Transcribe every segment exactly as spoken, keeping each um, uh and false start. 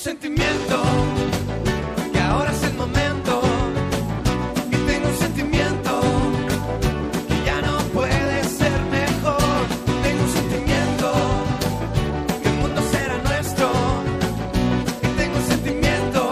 sentimiento, que ahora es el momento, que tengo un sentimiento, que ya no puede ser mejor. Tengo un sentimiento, que el mundo será nuestro, que tengo un sentimiento,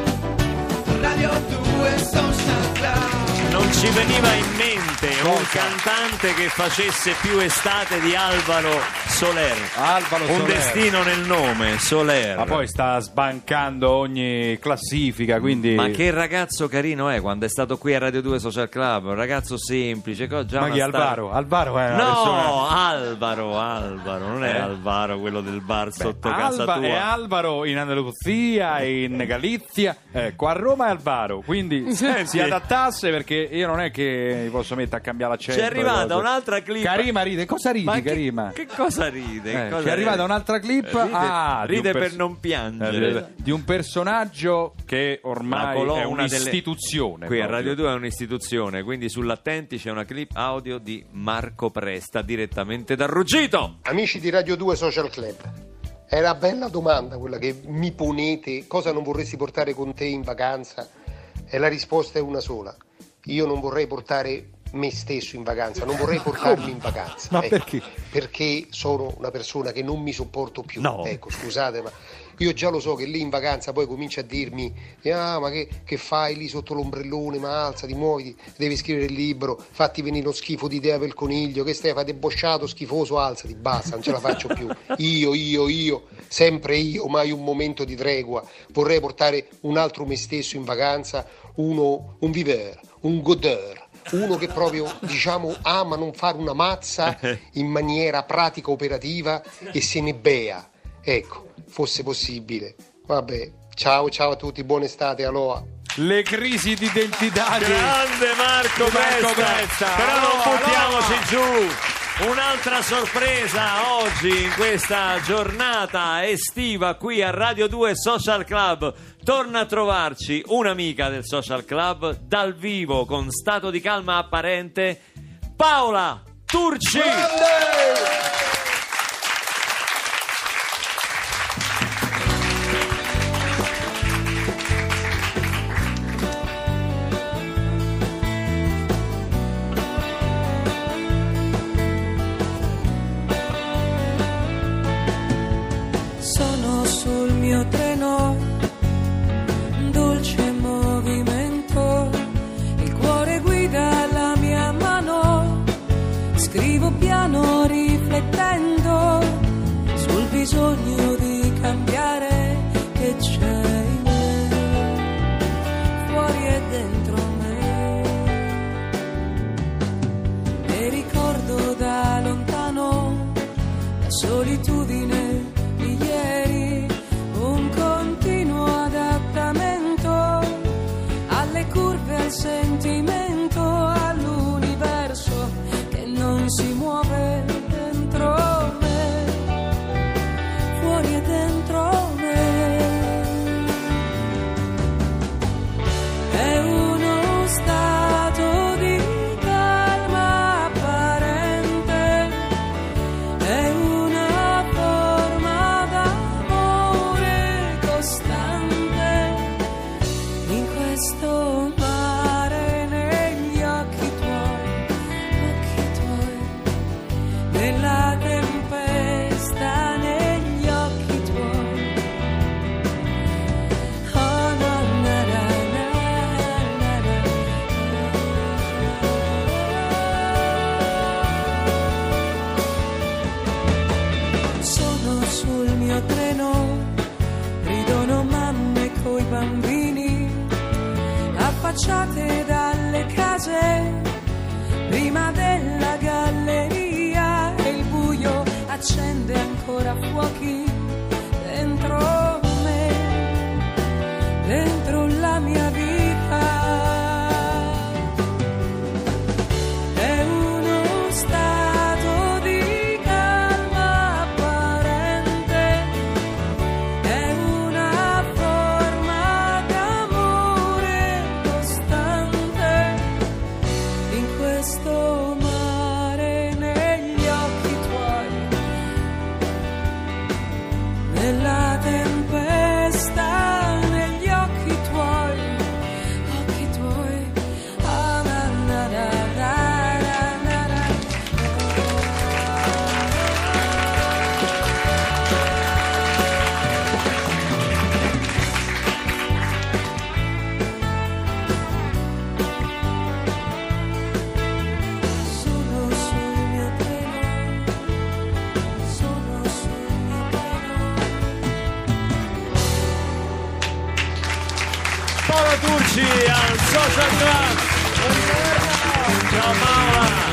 Radio due Social Club. Non ci veniva in mente un cantante che facesse più estate di Alvaro Soler. Alvaro Un Soler. destino nel nome, Soler. Ma poi sta sbancando ogni classifica, quindi... Ma che ragazzo carino è quando è stato qui a Radio due Social Club, un ragazzo semplice. co- Già Ma una chi, star- Alvaro? Alvaro è una No, persona... Alvaro, Alvaro, non è Eh? Alvaro quello del bar sotto casa Alba tua. è Alvaro in Andaluzia, in Galizia, eh, qua a Roma è Alvaro, quindi si adattasse, perché io non è che mi posso mettere a cambiare l'accento. C'è arrivata cose. un'altra clip. Carima ride, cosa ridi Ma che, Carima? che cosa ride? Eh, Cosa ci è arrivata ride? un'altra clip Ride, ah, di ride un per pers- non piangere. eh, di un personaggio che La ormai colonna è delle- un'istituzione. Qui a proprio. Radio due è un'istituzione, quindi sull'Attenti c'è una clip audio di Marco Presta direttamente da Ruggito. Amici di Radio due Social Club, è una bella domanda quella che mi ponete: cosa non vorresti portare con te in vacanza? E la risposta è una sola: io non vorrei portare me stesso in vacanza, non vorrei portarmi in vacanza. Ma ecco, perché? Perché sono una persona che non mi sopporto più. No. Ecco, scusate, ma io già lo so che lì in vacanza poi comincia a dirmi: ah, ma che, che fai lì sotto l'ombrellone? Ma alzati, muoviti, devi scrivere il libro, fatti venire uno schifo di idea per il coniglio, che stai, fai debosciato, schifoso, alzati, basta, non ce la faccio più. Io, io, io, sempre io, mai un momento di tregua. Vorrei portare un altro me stesso in vacanza, uno, un viveur, un godeur. Uno che proprio, diciamo, ama non fare una mazza in maniera pratica operativa e se ne bea. Ecco, fosse possibile. Vabbè, ciao ciao a tutti, buona estate, aloha. Le crisi di identità di- Grande Marco, Marco Presta. Presta. Però non Allora, buttiamoci allora. giù. Un'altra sorpresa oggi in questa giornata estiva qui a Radio due Social Club. Torna a trovarci un'amica del Social Club dal vivo con stato di calma apparente, Paola Turci. Sono sul mio treno, dolce movimento, il cuore guida la mia mano, scrivo piano riflettendo sul bisogno di cambiare che c'è in me, fuori e dentro me, e ricordo da lontano la solitudine di ieri, un continuo adattamento alle curve, al sentimento, all'universo che non si muove dentro me, fuori e dentro me. È uno stato di calma apparente, è una forma d'amore costante in questo mare, negli occhi tuoi, occhi tuoi, nella tempesta, negli occhi tuoi. Oh, na, na, na, na, na, na. Sono sul mio treno, ridono mamme coi bambini, affacciate dalle case, prima della galleria, e il buio accende ancora fuochi dentro me, dentro la mia vita. È uno stato di calma apparente, è una forma d'amore costante in questo mare, negli occhi tuoi, Paola Turci al Social Club. Ciao Paola.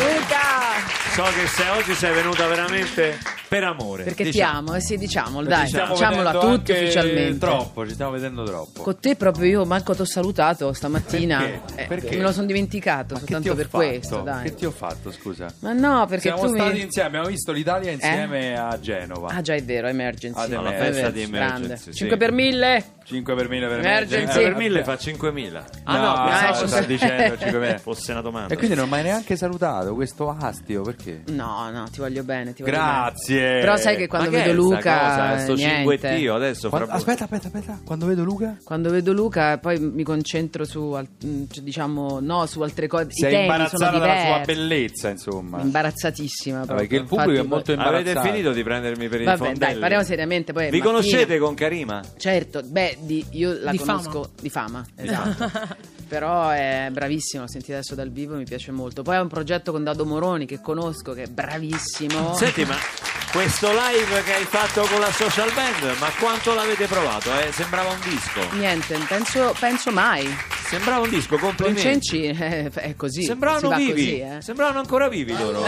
So che sei, oggi sei venuta veramente per amore. Perché ti diciamo. amo, eh sì, diciamolo, Ci dai, stiamo diciamolo a vedendo tutti anche ufficialmente. Troppo, ci stiamo vedendo troppo. Con te proprio io manco t'ho salutato stamattina. Perché? Eh, Perché? Me lo sono dimenticato Ma che soltanto ti ho per fatto? questo, dai. Che ti ho fatto, scusa? Ma no, perché Siamo tu stati mi... insieme, abbiamo visto l'Italia insieme a Genova. Ah già, è vero, Emergency. Ad Alla È festa vero, di grande. Emergency, sì. cinque per mille. cinque per mille per Emergency. me. cinque per mille fa cinquemila. Ah no, No, pensavo eh, sta dicendo cinquemila. fosse una domanda. E quindi non mi hai neanche salutato, questo astio, perché? No, no, ti voglio bene, ti voglio Grazie. bene. Però sai che quando Ma che vedo è sta Luca cosa? Sto niente. cinguettio adesso fra Quando- aspetta, aspetta, aspetta. Quando vedo Luca? Quando vedo Luca poi mi concentro su al- mm, cioè, diciamo no, su altre cose. I Sei temi sono imbarazzata dalla sua diversi. bellezza, insomma. Imbarazzatissima proprio. Perché il pubblico Infatti, è molto poi- Avete imbarazzato. finito di prendermi per i Vabbè, fondelli? dai, parliamo seriamente. Poi Vi mattina- conoscete con Karima? Certo, beh, di- io la Di conosco di fama, esatto. Però è bravissimo, l'ho sentita adesso dal vivo, mi piace molto. Poi ha un progetto con Dado Moroni che conosco, che è bravissimo. Senti, ma questo live che hai fatto con la social band, ma quanto l'avete provato? Eh? Sembrava un disco. Niente, penso, penso mai. Sembrava un disco, Con complimenti. Cenci è, è così. si Sembravano va vivi, così, eh. sembravano ancora vivi loro.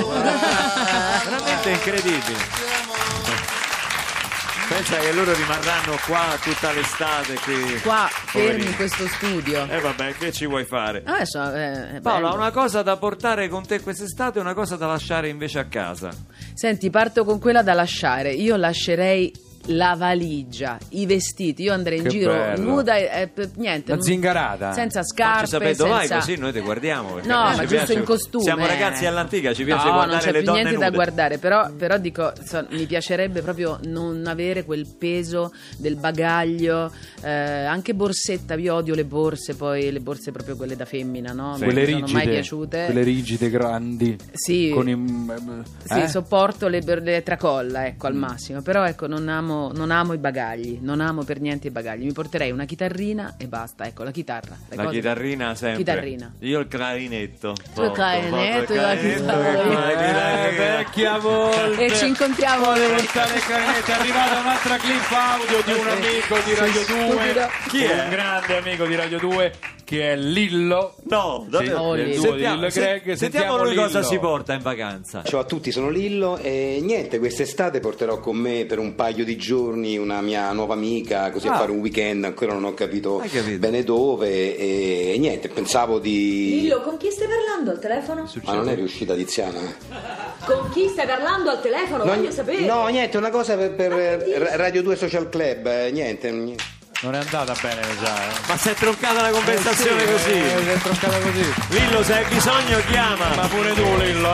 Veramente incredibili. Pensa che loro rimarranno qua tutta l'estate qui. Qua, fermi Poverini. in questo studio. Eh vabbè, che ci vuoi fare? Adesso eh, è Paola, bello. una cosa da portare con te quest'estate e una cosa da lasciare invece a casa. Senti, parto con quella da lasciare. Io lascerei la valigia, i vestiti. Io andrei in Che giro bello. nuda e, e p- niente. Una non- zingarata. Senza Facci scarpe, sapere dove vai, senza... così noi ti guardiamo. perché No, a noi ma ci giusto piace- in costume. Siamo ragazzi all'antica, ci piace no, guardare non c'è le più donne niente nude. da guardare, però, però dico, so, mi piacerebbe proprio non avere quel peso del bagaglio, eh, anche borsetta, io odio le borse, poi le borse proprio quelle da femmina, no? Non Quelle mi sono rigide, mai piaciute. quelle rigide grandi. Sì. Con i, Sì, eh? sopporto le, le tracolla, ecco, al massimo. Però ecco, non amo, non amo i bagagli, non amo per niente i bagagli. Mi porterei una chitarrina e basta, ecco, la chitarra. le La cose- chitarrina sempre. Chitarrina. Io il clarinetto. Tu il clarinetto, il la clarinetto chitarra. che con la Eh, chitarrina. vecchia volpe. E ci incontriamo Vuole portare il clarinetto. È arrivata un'altra clip audio di un amico di Radio due. stupido. Chi è? Un grande amico di Radio due che è Lillo. No, Sì, davvero. Oh, il Lillo. duo di Sentiamo, Lillo se- Greg. sentiamo Sentiamo lui Lillo. cosa si porta in vacanza. Ciao a tutti, sono Lillo e niente, quest'estate porterò con me per un paio di giorni una mia nuova amica, così Ah. a fare un weekend, ancora non ho capito, Hai capito? bene dove e, e niente, pensavo di... Lillo, con chi stai parlando al telefono? Ma non è riuscita Tiziana? Con chi stai parlando al telefono? No, Voglio sapere. no, niente, una cosa per, per, Ma che dici? eh, Radio due Social Club, eh, niente, niente. Non è andata bene, mi sa. Eh. Ma si è troncata la conversazione Eh sì, così. eh, si è troncata così. Lillo, se hai bisogno chiama. Ma pure tu, Lillo,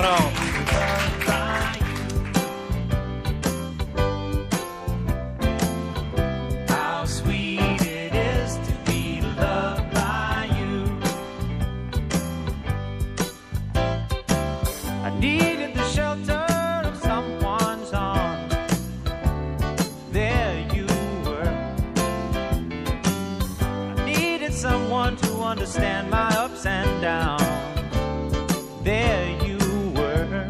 no? How sweet it is to be loved by you. I needed the shelter of someone's arms. There you were. I needed someone to understand my ups and downs. There you were.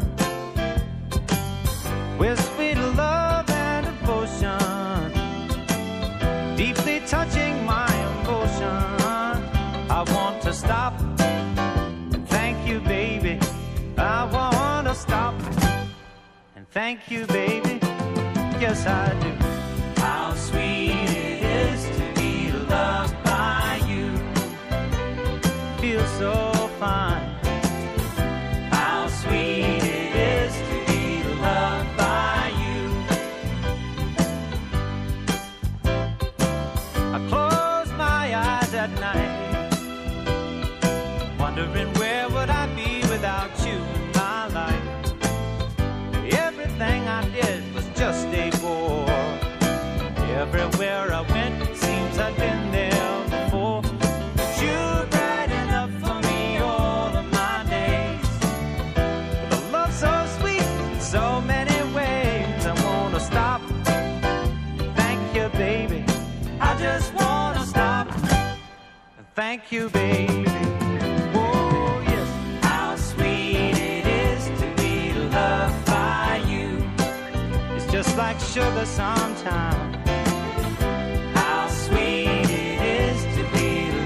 With sweet love and devotion, deeply touching my emotion. I want to stop and thank you, baby. I want to stop and thank you, baby. Yes, I do. How sweet it is to be loved by you. Feels so fine. How sweet it is to be loved by you. I close my eyes at night, wondering where would I be without you in my life. Everything I did was just a bore. Everywhere I went, it seems I've been there before. But you brighten up for me all of my days. With a love so sweet in so many ways. I wanna stop and thank you, baby. I just wanna stop and thank you, baby. Oh, yes. How sweet it is to be loved by you. It's just like sugar sometimes. How sweet it is to be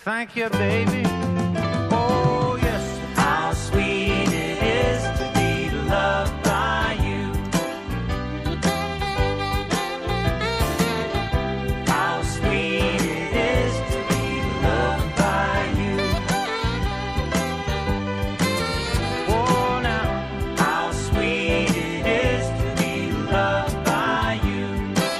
thank you, baby. Oh, yes. How sweet it is to be loved by you. How sweet it is to be loved by you. Oh, now, how sweet it is to be loved by you.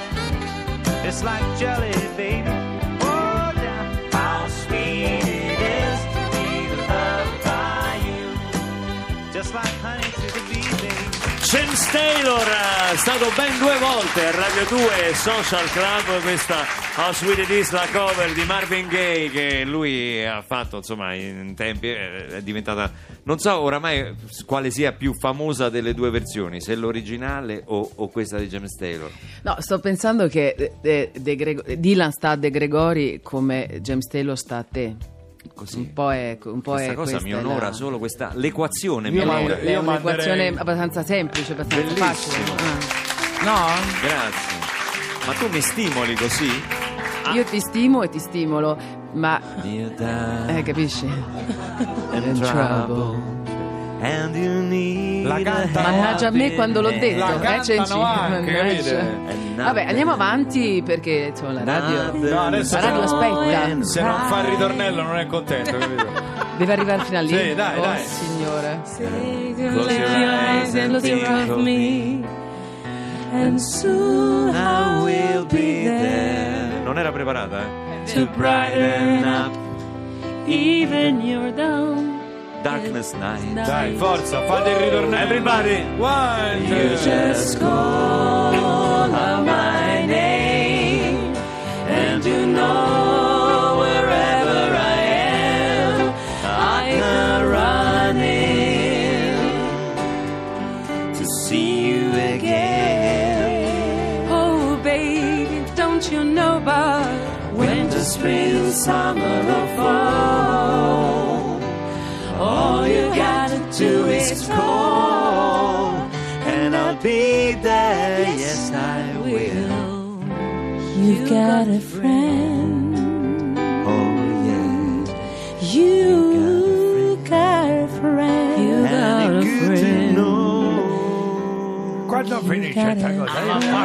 It's like jelly, baby. Oh, yeah. How sweet it is to be loved by you. Just like honey to the bee, baby. James Taylor è stato ben due volte a Radio due Social Club, questa How Sweet It Is, la cover di Marvin Gaye che lui ha fatto insomma in tempi, è diventata, non so oramai quale sia più famosa delle due versioni, se l'originale o, o questa di James Taylor. No, sto pensando che De, De Grego- Dylan sta a De Gregori come James Taylor sta a te. Così. Un po' è, un po' Questa è cosa mi questa è onora la- solo questa l'equazione mi Io onora. mando- È io un'equazione manderei- abbastanza semplice, abbastanza Bellissimo. facile. Ah. No? Grazie. Ma tu mi stimoli così? Io ti stimo e ti stimolo, ma eh, capisci? In trouble. And you need La canta- Mannaggia a me quando l'ho detto, La eh, cantano Cenci? anche, Mannaggia. capite? Vabbè, andiamo avanti perché insomma la radio, No, adesso la radio se- aspetta. Se non fa il ritornello non è contento, capito? Deve arrivare fino a lì. Sì, dai, oh, dai. signore. Close your eyes and think of me, and soon I will be there. Non era preparata, eh? To brighten up Even your down. darkness night. Dai, forza, fate il ritornello. Everybody. One, You two, just call out my name, and you know wherever I am, I come running to see you again. Oh, baby, don't you know about Winter, spring, summer, or fall, all you gotta do is call, and I'll be there. Yes, I will. you've got a friend? Oh yeah. You got a friend. You got a And good to friend. know. Quando finisce questa cosa?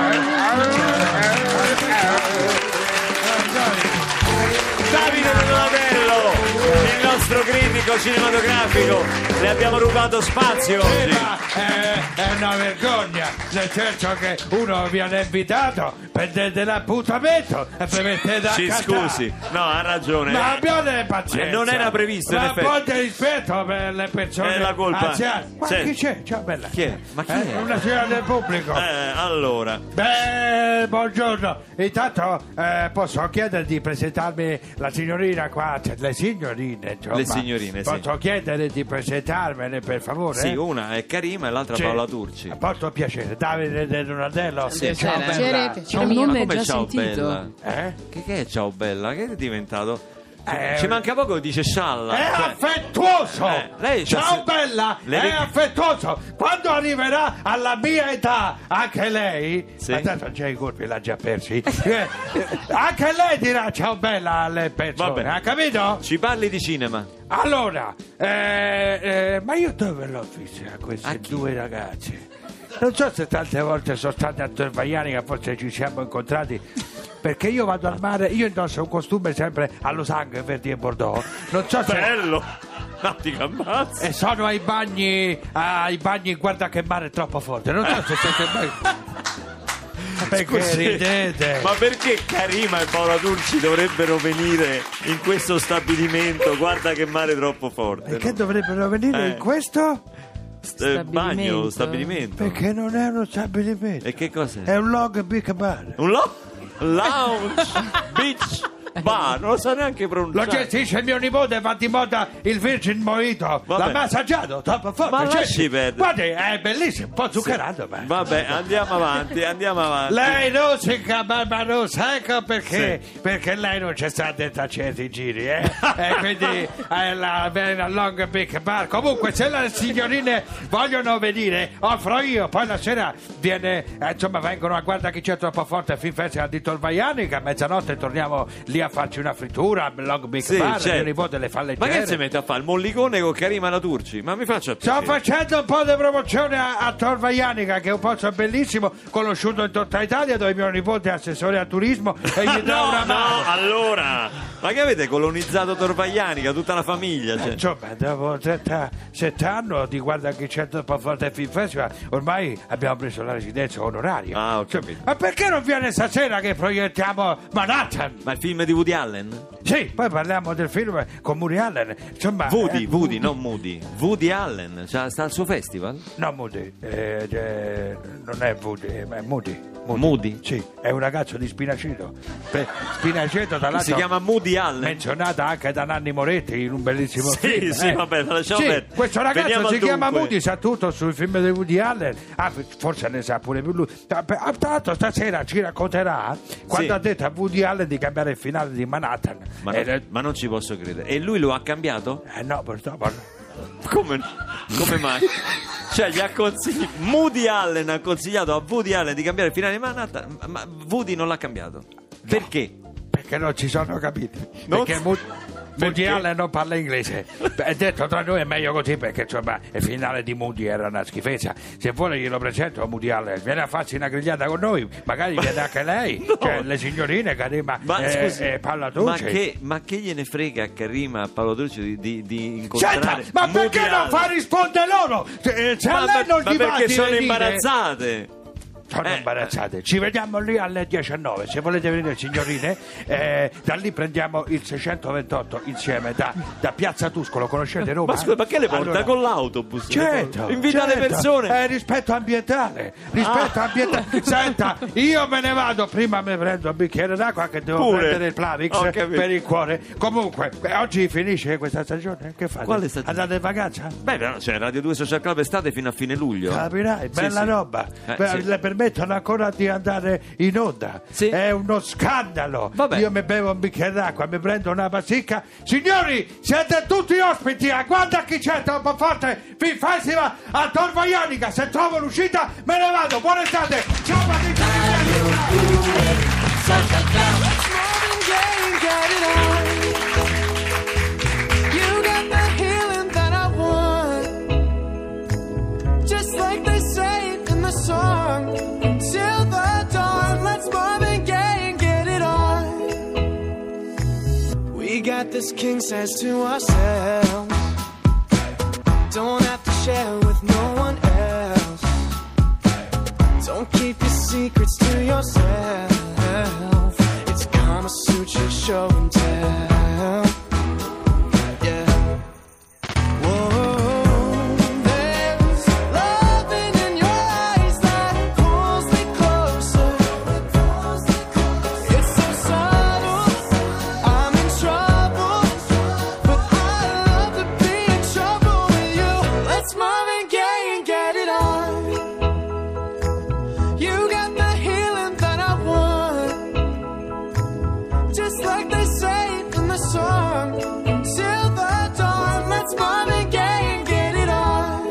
Davide Donatello, il nostro critico cinematografico, le abbiamo rubato spazio Eh, oggi. ma è, è una vergogna, nel senso che uno viene invitato, prendete l'appuntamento e poi mettete a Ci cantare. scusi, no, ha ragione. Ma abbiate pazienza. Eh, non era previsto, in Ma effetti. un po' di rispetto per le persone È la colpa. anziane. Ma Senti. chi c'è? Ciao bella. Chi è? Ma chi Eh, è? Una signora del pubblico. Eh, allora, Beh, buongiorno. Intanto eh, posso chiedere di presentarmi la signorina qua, cioè, le signorine, insomma. Le signorine, sì. Posso chiedere di presentarmene, per favore? sì, una è Karima e l'altra Sì. Paola Turci. Molto piacere, Davide De Donatello. Sì, Ciao, piacere. bella. Piacere, Ma un nome come già ciao sentito. bella? Eh? Che, che è ciao bella? Che è diventato? Eh, Ci manca poco, dice scialla. È Cioè, affettuoso! Eh, lei c'ha Ciao se- bella! Le È ric- affettuoso! Quando arriverà alla mia età, anche lei, Sì. ma tanto già i colpi l'ha già persi, eh, anche lei dirà ciao bella alle persone, Vabbè. ha capito? Ci parli di cinema? Allora, eh, eh, ma io dove l'ho vista queste A chi? due ragazze? Non so se tante volte sono state a Torvaiani che forse ci siamo incontrati, perché io vado al mare, io indosso un costume sempre allo sangue, verdi e bordeaux. Non so se... Bello! No, ti ammazzi. E sono ai bagni, ai bagni, guarda che mare è troppo forte. Non so se siete mai... Perché Scusi, ridete? ma perché Karima e Paola Turci dovrebbero venire in questo stabilimento? Guarda che mare troppo forte. Perché no? dovrebbero venire Eh. in questo? St- eh, bagno, Stabilimento. stabilimento. Perché non è uno stabilimento. E che cos'è? È un log big bar. Un lo- lounge beach bar, non lo so neanche Lo pronunciare. gestisce mio nipote, va di moda il Virgin Mojito. Vabbè. L'ha massaggiato, troppo forte. Ma Cioè, lasci perdere. Guardi, è bellissimo, un po' zuccherato. ma- Vabbè, andiamo avanti, andiamo avanti. Lei rosica Barbarossa, ecco perché, perché lei non c'è sta dentro a certi giri, eh? E quindi è la, la long big bar. Comunque, se le signorine vogliono venire, offro io. Poi la sera viene, eh, insomma, vengono a guarda chi c'è troppo forte a Film Festival di Torvaiani, che a mezzanotte torniamo lì a farci una frittura al Long Big Sì, Bar, certo. mio nipote le fa leggere. Ma che si mette a fare il mollicone con Karima Laturci? Ma mi faccia Sto piacere. facendo un po' di promozione a, a Tor Vaianica, che è un posto bellissimo, conosciuto in tutta Italia, dove mio nipote è assessore al turismo e gli dà No, una no, mano. allora, ma che avete colonizzato Torvaianica, tutta la famiglia? Cioè. Insomma, dopo trentasette anni di Guarda che c'è dopo Forte Film Festival, ormai abbiamo preso la residenza onoraria. Ah, ho Insomma, capito. ma perché non viene stasera che proiettiamo Manhattan? Ma il film di Woody Allen? Sì, poi parliamo del film con Woody Allen. Insomma, Woody, eh, Woody, non Moody. Woody Allen, cioè, sta al suo festival? No, Moody, eh, eh, non è Woody, ma è Moody. Moody? Sì, è un ragazzo di Spinaceto. Pe- Spinaceto, tra l'altro, Si chiama Moody Allen? menzionata anche da Nanni Moretti in un bellissimo Sì, film. sì, eh. vabbè, la lasciamo Sì, perdere. questo ragazzo Veniamo si al chiama dunque. Moody, sa tutto sui film di Woody Allen. Ah, forse ne sa pure più lui. Ah, Tra l'altro stasera ci racconterà quando Sì. ha detto a Woody Allen di cambiare il finale di Manhattan. Ma, Eh, non, ma non ci posso credere. E lui lo ha cambiato? eh, no, purtroppo no. Come, come mai? Cioè, gli ha consigliato. Woody Allen ha consigliato a Woody Allen di cambiare il finale di Manhattan, ma Woody non l'ha cambiato. Perché? Perché non ci sono capiti. Non Perché si- Woody Perché? Allen non parla inglese. È detto tra noi è meglio così, perché insomma il finale di Moody era una schifezza. Se vuole glielo presento a Woody Allen, viene a farsi una grigliata con noi, magari viene anche lei, No. cioè le signorine Karima Ma e, scusi, e Paola ma Tucci. che, ma che gliene frega a Karima, a Paolo Tucci di, di, di Senta, incontrare ma Woody perché non Allen? fa rispondere loro? Se, se Ma, a lei per- non ma gli va perché di sono dire- imbarazzate? Sono Eh, imbarazzate. Ci vediamo lì alle diciannove. Se volete venire, signorine, eh, da lì prendiamo il seicentoventotto insieme da, da Piazza Tuscolo. Conoscete Roma? Ma scusa, ma che le porta Allora, con l'autobus? Certo, Invita certo. le persone. Eh, rispetto ambientale, rispetto Ah. ambientale. Senta, io me ne vado. Prima mi prendo un bicchiere d'acqua, che devo Pure. prendere il Plavix Ho capito. per il cuore. Comunque, eh, oggi finisce questa stagione. Che fate? Quale stagione? Andate in vacanza? Beh, no, cioè, Radio due Social Club estate fino a fine luglio. Capirai, Sì, bella sì. roba. Eh, Beh, sì. Le permettono ancora di andare in onda. Sì. È uno scandalo. Vabbè. Io mi bevo un bicchiere d'acqua, mi prendo una pasticca. Signori, siete tutti ospiti. A guarda chi c'è, troppo forte. Film Festival a Tor Vaianica. Se trovo l'uscita, me ne vado. Buona estate. Ciao, Patrizia. You got the healing that I want, just like they say in the song. Until the dawn, let's Marvin Gaye and get it on. We got this king size to ourselves. Don't have to share with no one else. Don't keep your secrets to yourself. It's Kama Sutra show and tell. Yeah. Whoa, there's loving in your eyes that pulls me closer. It's so subtle, I'm in trouble, but I love to be in trouble with you. Let's Marvin Gaye and get it on. You got the healing that I want, just like they say in the song. Until the dawn, let's Marvin Gaye and get it on.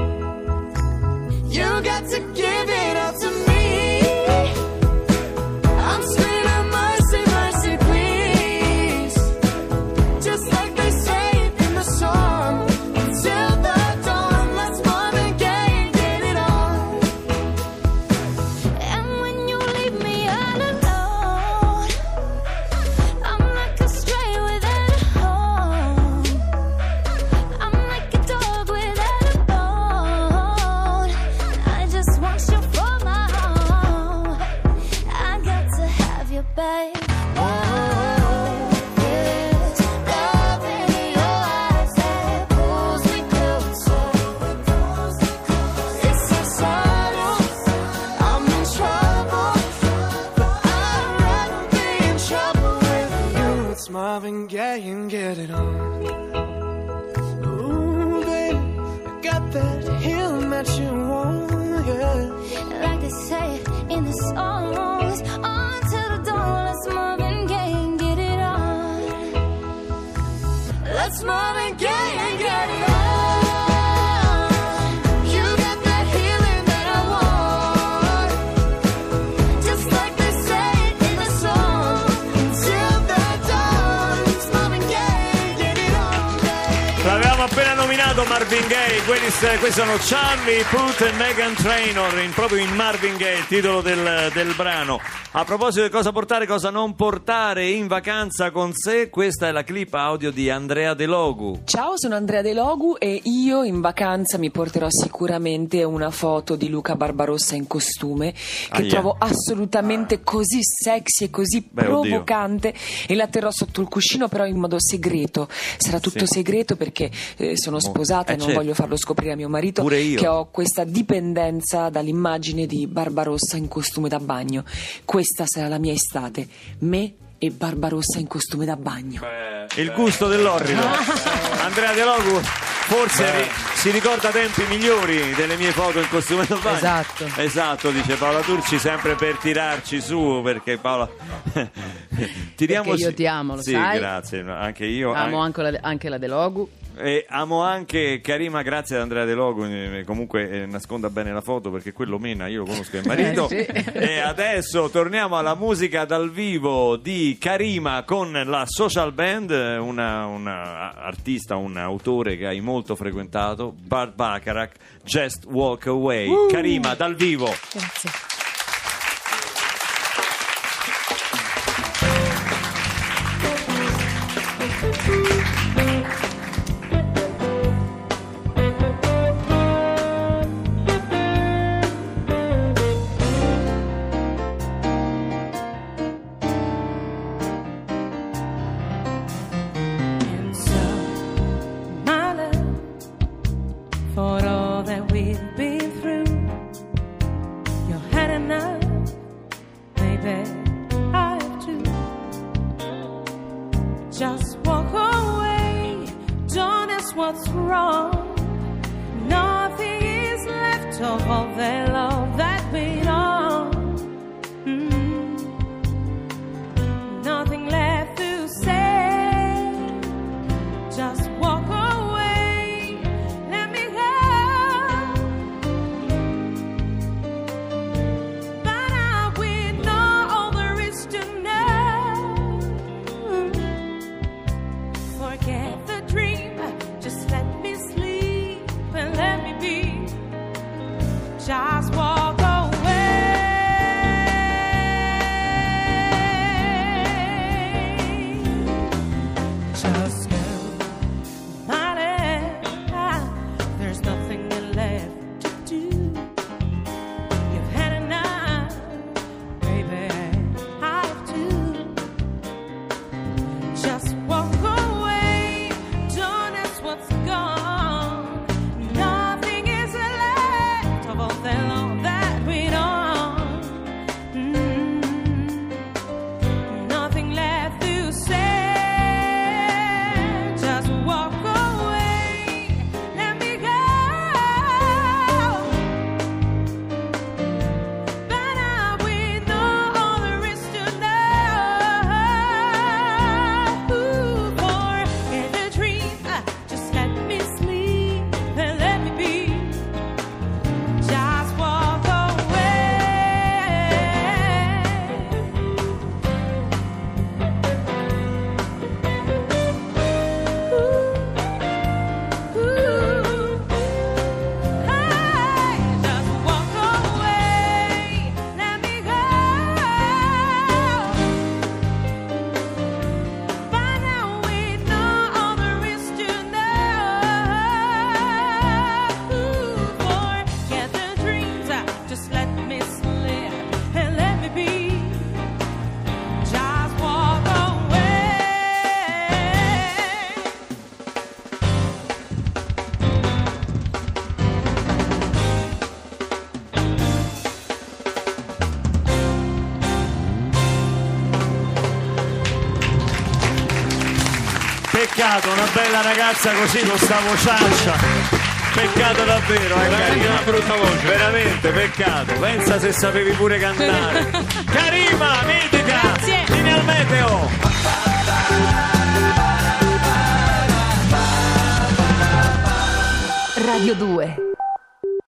You got to give it up to me. I'm screaming mercy, mercy, please. Just like they say in the song. Until the dawn, let's Marvin Gaye and get it on. And when you leave me all alone, I'm like a stray without a home. I'm like a dog without a bone. I just want you for my home. I got to have you, babe. Oh, there's love in your eyes that pulls me closer. It's so subtle, I'm in trouble, but I'd rather be in trouble with you. It's Marvin Gaye and get it on. Ooh, baby, I got that healing that you want, yeah. Like they say in the songs, on to the dawn, let's Marvin Gaye and get it on. Let's Marvin Gaye and get it on. You got that healing that I want, just like they say in the song. Until the ascoltato Marvin Gaye, questi, questi sono Charlie Puth e Meghan Trainor, in, proprio in Marvin Gaye, il titolo del, del brano. A proposito di cosa portare, cosa non portare in vacanza con sé, questa è la clip audio di Andrea De Logu. Ciao, sono Andrea De Logu e io in vacanza mi porterò sicuramente una foto di Luca Barbarossa in costume, che Aia. trovo assolutamente così sexy e così Beh, provocante, e la terrò sotto il cuscino, però in modo segreto. Sarà tutto Sì. segreto perché eh, sono sposata Eh, e non certo. voglio farlo scoprire a mio marito, Pure io. che ho questa dipendenza dall'immagine di Barbarossa in costume da bagno. Questa sarà la mia estate, me e Barbarossa in costume da bagno. Il gusto dell'orrido. Andrea De Logu forse ri- si ricorda tempi migliori delle mie foto in costume da bagno. Esatto. Esatto, dice Paola Turci, sempre per tirarci su, perché Paola tiriamoci. Perché io ti amo, lo sì, sai. grazie, anche io. Amo anche... anche la, anche la De Logu. E amo anche Karima, grazie ad Andrea De Logu, eh, comunque eh, nasconda bene la foto perché quello mena, io lo conosco, è il marito. Eh, sì. E adesso torniamo alla musica dal vivo di Karima con la Social Band, una, una artista, un autore che hai molto frequentato, Bart Bacharach, Just Walk Away. Uh. Karima dal vivo. Grazie. And so, my love, for all that we've been through, you had enough, baby, I have to. Just walk away, don't ask what's wrong. Nothing is left of all the love that we know. Mm. Nothing left to say. Just walk away, let me go. But I will know all there is to know. Forget the dream, just let me sleep and let me be. Just walk away. Just go. There's nothing left to do. You've had enough, baby. I have to. Just walk away. Don't ask what's gone. Nothing is left of all the love that we know. Mm. Nothing left to say. Just walk away. Let me go. But I will know all there is to know. Forget the dream. Just let me sleep and let me be. Just walk away. Ooh, ooh. Hey, just walk away, let me go. By now we know all there is to know. Forget the dreams, just let me slip and let me be. Just walk away. Peccato, una bella ragazza così con sta vociaccia. Peccato davvero, eh, Karima. una brutta voce. Veramente, peccato. Pensa se sapevi pure cantare. Karima, mitica! Grazie. Linea al meteo! Radio due